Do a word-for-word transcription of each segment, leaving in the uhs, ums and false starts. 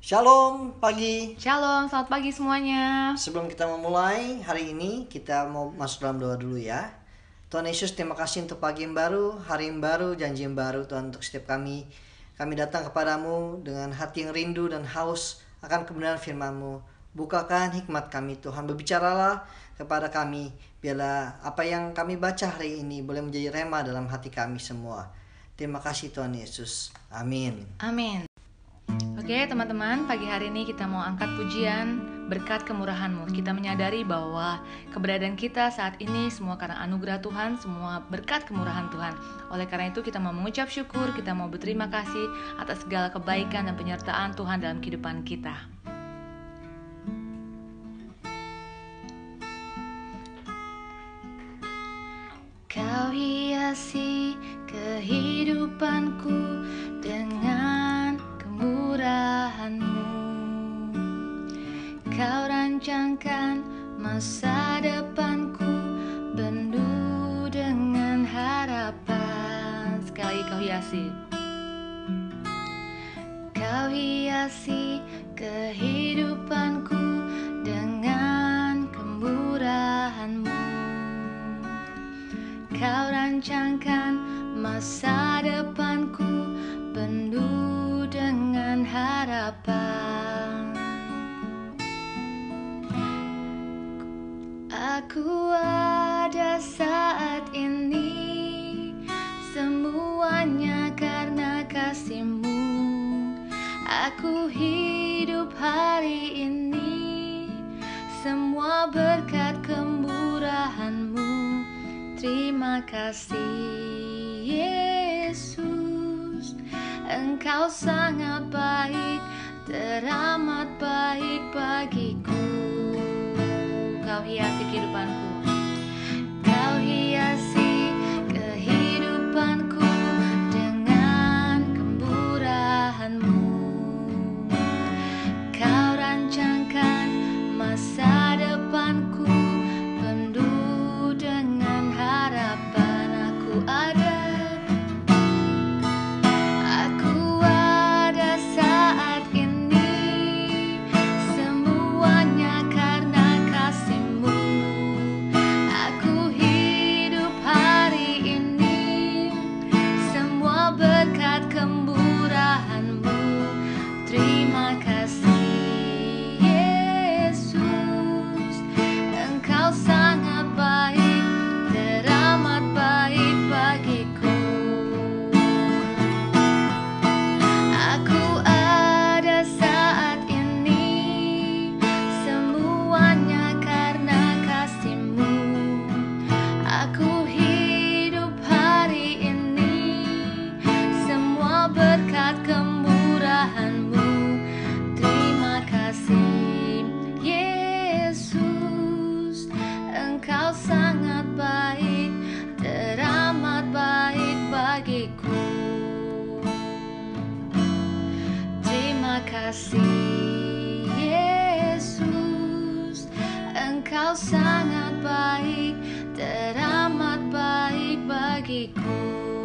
Shalom pagi. Shalom, selamat pagi semuanya. Sebelum kita memulai hari ini, kita mau masuk dalam doa dulu ya. Tuhan Yesus, terima kasih untuk pagi yang baru, hari yang baru, janji yang baru Tuhan untuk setiap kami. Kami datang kepadamu dengan hati yang rindu dan haus akan kebenaran firman-Mu. Bukakan hikmat kami Tuhan, berbicaralah kepada kami. Biarlah apa yang kami baca hari ini boleh menjadi rema dalam hati kami semua. Terima kasih Tuhan Yesus. Amin. Amin. Oke teman-teman, pagi hari ini kita mau angkat pujian berkat kemurahan-Mu. Kita menyadari bahwa keberadaan kita saat ini semua karena anugerah Tuhan, semua berkat kemurahan Tuhan. Oleh karena itu kita mau mengucap syukur, kita mau berterima kasih atas segala kebaikan dan penyertaan Tuhan dalam kehidupan kita. Kau hiasi kehidupanku dengan kemurahan-Mu. Kau rancangkan masa depanku penuh dengan harapan. Sekali lagi kau hiasi. Kau hiasi kehidupanku dengan kemurahan-Mu. Kau rancangkan masa depanku penuh dengan harapan. Aku ada saat ini, semuanya karena kasih-Mu. Aku hidup hari ini, semua berkat kemurahan-Mu. Terima kasih Yesus, Engkau sangat baik, teramat baik bagiku. Kau hiasi kehidupanku, Kau hiasi kehidupanku dengan kemurahan-Mu. Kau rancangkan masa depanku penuh dengan harapan. Aku ada, aku ada saat ini, semuanya karena kasih-Mu. Aku hidup hari ini, semua berkat kemurahan-Mu. Terima kasih Yesus, Engkau sangat baik, teramat baik bagiku. Aku ada saat ini, semuanya karena kasih-Mu. Aku hidup hari ini, semua berkat kemurahan-Mu. Terima kasih Yesus, Engkau sangat baik, teramat baik bagiku. Terima kasih Yesus, Engkau sangat baik, teramat baik bagiku.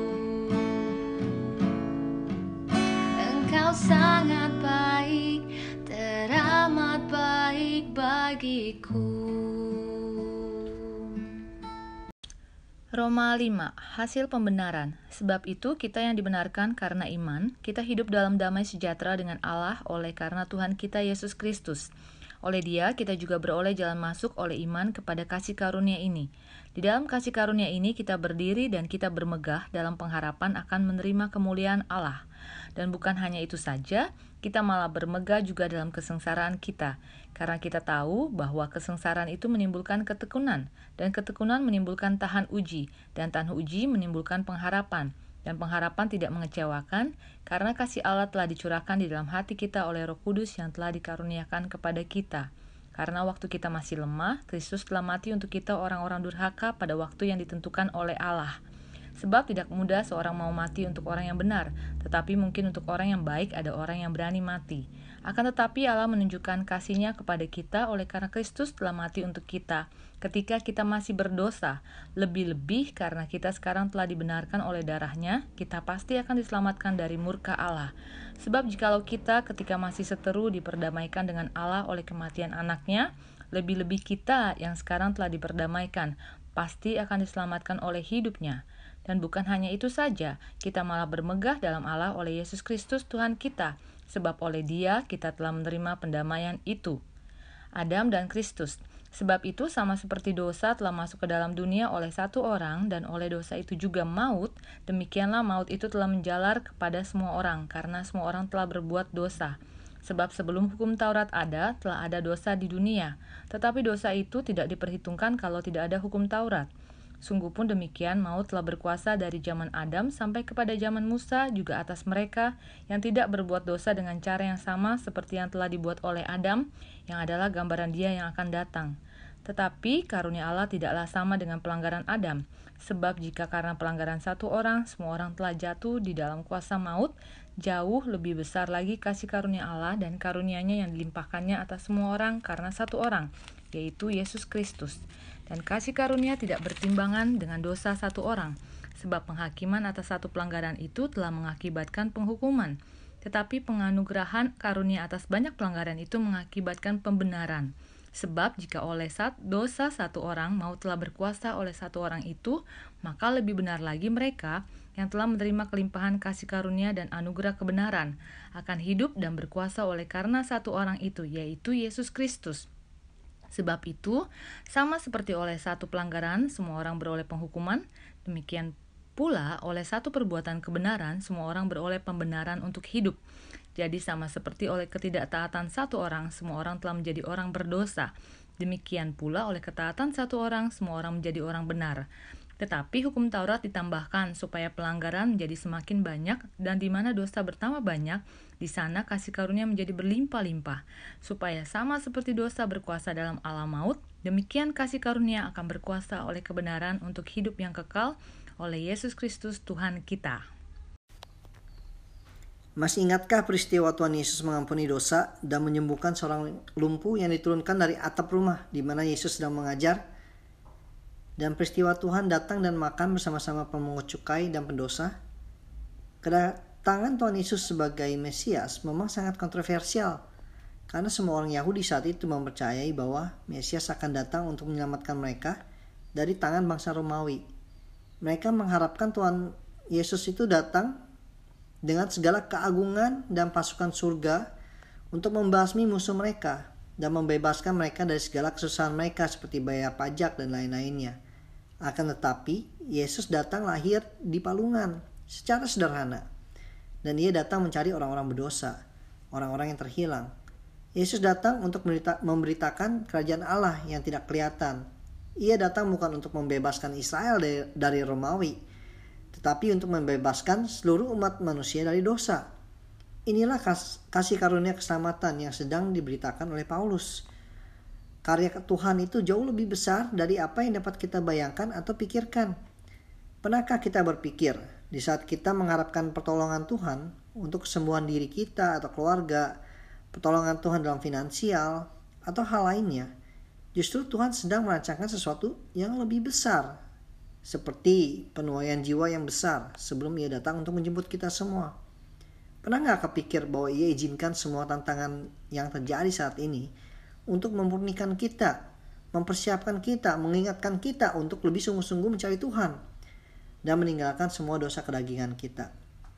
Engkau sangat baik, teramat baik bagiku. Roma lima, hasil pembenaran. Sebab itu kita yang dibenarkan karena iman, kita hidup dalam damai sejahtera dengan Allah oleh karena Tuhan kita Yesus Kristus. Oleh Dia kita juga beroleh jalan masuk oleh iman kepada kasih karunia ini. Di dalam kasih karunia ini kita berdiri dan kita bermegah dalam pengharapan akan menerima kemuliaan Allah. Dan bukan hanya itu saja, kita malah bermegah juga dalam kesengsaraan kita, karena kita tahu bahwa kesengsaraan itu menimbulkan ketekunan, dan ketekunan menimbulkan tahan uji, dan tahan uji menimbulkan pengharapan, dan pengharapan tidak mengecewakan, karena kasih Allah telah dicurahkan di dalam hati kita oleh Roh Kudus yang telah dikaruniakan kepada kita. Karena waktu kita masih lemah, Kristus telah mati untuk kita orang-orang durhaka pada waktu yang ditentukan oleh Allah. Sebab tidak mudah seorang mau mati untuk orang yang benar, tetapi mungkin untuk orang yang baik ada orang yang berani mati. Akan tetapi Allah menunjukkan kasih-Nya kepada kita oleh karena Kristus telah mati untuk kita, ketika kita masih berdosa. Lebih-lebih karena kita sekarang telah dibenarkan oleh darah-Nya, kita pasti akan diselamatkan dari murka Allah. Sebab jikalau kita ketika masih seteru diperdamaikan dengan Allah oleh kematian anak-Nya, lebih-lebih kita yang sekarang telah diperdamaikan, pasti akan diselamatkan oleh hidup-Nya. Dan bukan hanya itu saja, kita malah bermegah dalam Allah oleh Yesus Kristus Tuhan kita, sebab oleh Dia kita telah menerima pendamaian itu. Adam dan Kristus. Sebab itu sama seperti dosa telah masuk ke dalam dunia oleh satu orang, dan oleh dosa itu juga maut, demikianlah maut itu telah menjalar kepada semua orang, karena semua orang telah berbuat dosa. Sebab sebelum hukum Taurat ada, telah ada dosa di dunia. Tetapi dosa itu tidak diperhitungkan kalau tidak ada hukum Taurat. Sungguh pun demikian, maut telah berkuasa dari zaman Adam sampai kepada zaman Musa, juga atas mereka yang tidak berbuat dosa dengan cara yang sama seperti yang telah dibuat oleh Adam, yang adalah gambaran Dia yang akan datang. Tetapi karunia Allah tidaklah sama dengan pelanggaran Adam. Sebab jika karena pelanggaran satu orang, semua orang telah jatuh di dalam kuasa maut, jauh lebih besar lagi kasih karunia Allah dan karunia-Nya yang dilimpahkannya atas semua orang karena satu orang, yaitu Yesus Kristus. Dan kasih karunia tidak bertimbangan dengan dosa satu orang, sebab penghakiman atas satu pelanggaran itu telah mengakibatkan penghukuman. Tetapi penganugerahan karunia atas banyak pelanggaran itu mengakibatkan pembenaran. Sebab jika oleh dosa satu orang maut telah berkuasa oleh satu orang itu, maka lebih benar lagi mereka yang telah menerima kelimpahan kasih karunia dan anugerah kebenaran akan hidup dan berkuasa oleh karena satu orang itu, yaitu Yesus Kristus. Sebab itu, sama seperti oleh satu pelanggaran semua orang beroleh penghukuman, demikian pula oleh satu perbuatan kebenaran semua orang beroleh pembenaran untuk hidup. Jadi sama seperti oleh ketidaktaatan satu orang, semua orang telah menjadi orang berdosa. Demikian pula oleh ketaatan satu orang, semua orang menjadi orang benar. Tetapi hukum Taurat ditambahkan supaya pelanggaran menjadi semakin banyak, dan di mana dosa bertambah banyak, di sana kasih karunia menjadi berlimpah-limpah. Supaya sama seperti dosa berkuasa dalam alam maut, demikian kasih karunia akan berkuasa oleh kebenaran untuk hidup yang kekal oleh Yesus Kristus Tuhan kita. Masih ingatkah peristiwa Tuhan Yesus mengampuni dosa dan menyembuhkan seorang lumpuh yang diturunkan dari atap rumah di mana Yesus sedang mengajar? Dan peristiwa Tuhan datang dan makan bersama-sama pemungut cukai dan pendosa? Kedatangan Tuhan Yesus sebagai Mesias memang sangat kontroversial, karena semua orang Yahudi saat itu mempercayai bahwa Mesias akan datang untuk menyelamatkan mereka dari tangan bangsa Romawi. Mereka mengharapkan Tuhan Yesus itu datang dengan segala keagungan dan pasukan surga untuk membasmi musuh mereka dan membebaskan mereka dari segala kesusahan mereka seperti bayar pajak dan lain-lainnya. Akan tetapi, Yesus datang lahir di palungan secara sederhana, dan Ia datang mencari orang-orang berdosa, orang-orang yang terhilang. Yesus datang untuk memberitakan kerajaan Allah yang tidak kelihatan. Ia datang bukan untuk membebaskan Israel dari, dari Romawi, tetapi untuk membebaskan seluruh umat manusia dari dosa. Inilah kas, kasih karunia keselamatan yang sedang diberitakan oleh Paulus. Karya Tuhan itu jauh lebih besar dari apa yang dapat kita bayangkan atau pikirkan. Pernahkah kita berpikir di saat kita mengharapkan pertolongan Tuhan untuk kesembuhan diri kita atau keluarga, pertolongan Tuhan dalam finansial, atau hal lainnya, justru Tuhan sedang merancangkan sesuatu yang lebih besar, seperti penuaian jiwa yang besar sebelum Ia datang untuk menjemput kita semua. Pernah gak kepikir bahwa Ia izinkan semua tantangan yang terjadi saat ini untuk memurnikan kita, mempersiapkan kita, mengingatkan kita untuk lebih sungguh-sungguh mencari Tuhan dan meninggalkan semua dosa kedagingan kita.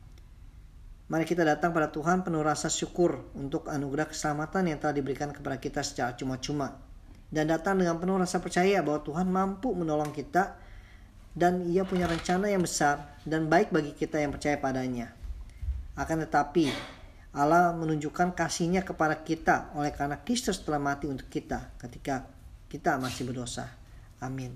Mari kita datang pada Tuhan penuh rasa syukur untuk anugerah keselamatan yang telah diberikan kepada kita secara cuma-cuma, dan datang dengan penuh rasa percaya bahwa Tuhan mampu menolong kita dan Ia punya rencana yang besar dan baik bagi kita yang percaya padanya. Akan tetapi, Allah menunjukkan kasih-Nya kepada kita oleh karena Kristus telah mati untuk kita ketika kita masih berdosa. Amin.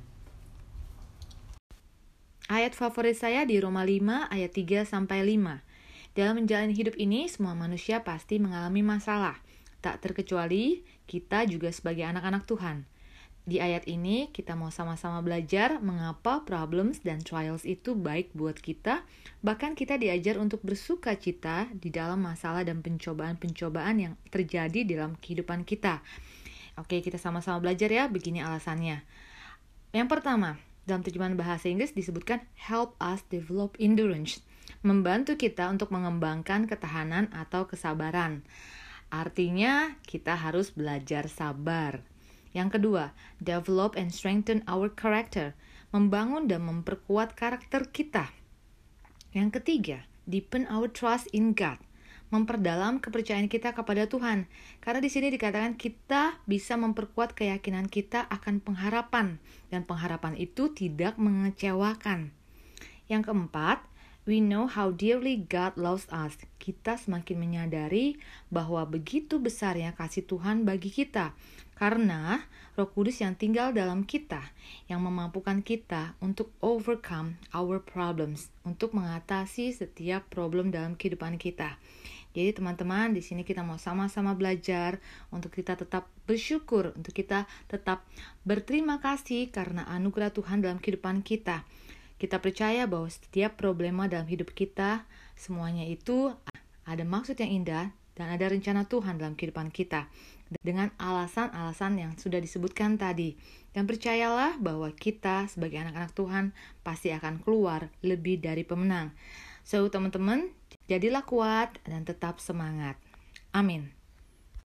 Ayat favorit saya di Roma lima ayat tiga sampai lima. Dalam menjalani hidup ini, semua manusia pasti mengalami masalah. Tak terkecuali kita juga sebagai anak-anak Tuhan. Di ayat ini kita mau sama-sama belajar mengapa problems dan trials itu baik buat kita. Bahkan kita diajar untuk bersuka cita di dalam masalah dan pencobaan-pencobaan yang terjadi dalam kehidupan kita. Oke, kita sama-sama belajar ya, begini alasannya. Yang pertama, dalam terjemahan bahasa Inggris disebutkan help us develop endurance. Membantu kita untuk mengembangkan ketahanan atau kesabaran. Artinya kita harus belajar sabar. Yang kedua, develop and strengthen our character, membangun dan memperkuat karakter kita. Yang ketiga, deepen our trust in God, memperdalam kepercayaan kita kepada Tuhan. Karena di sini dikatakan kita bisa memperkuat keyakinan kita akan pengharapan, dan pengharapan itu tidak mengecewakan. Yang keempat, we know how dearly God loves us. Kita semakin menyadari bahwa begitu besarnya kasih Tuhan bagi kita. Karena Roh Kudus yang tinggal dalam kita, yang memampukan kita untuk overcome our problems, untuk mengatasi setiap problem dalam kehidupan kita. Jadi teman-teman, di sini kita mau sama-sama belajar untuk kita tetap bersyukur, untuk kita tetap berterima kasih karena anugerah Tuhan dalam kehidupan kita. Kita percaya bahwa setiap problema dalam hidup kita, semuanya itu ada maksud yang indah dan ada rencana Tuhan dalam kehidupan kita. Dengan alasan-alasan yang sudah disebutkan tadi. Dan percayalah bahwa kita sebagai anak-anak Tuhan pasti akan keluar lebih dari pemenang. So teman-teman, jadilah kuat dan tetap semangat. Amin.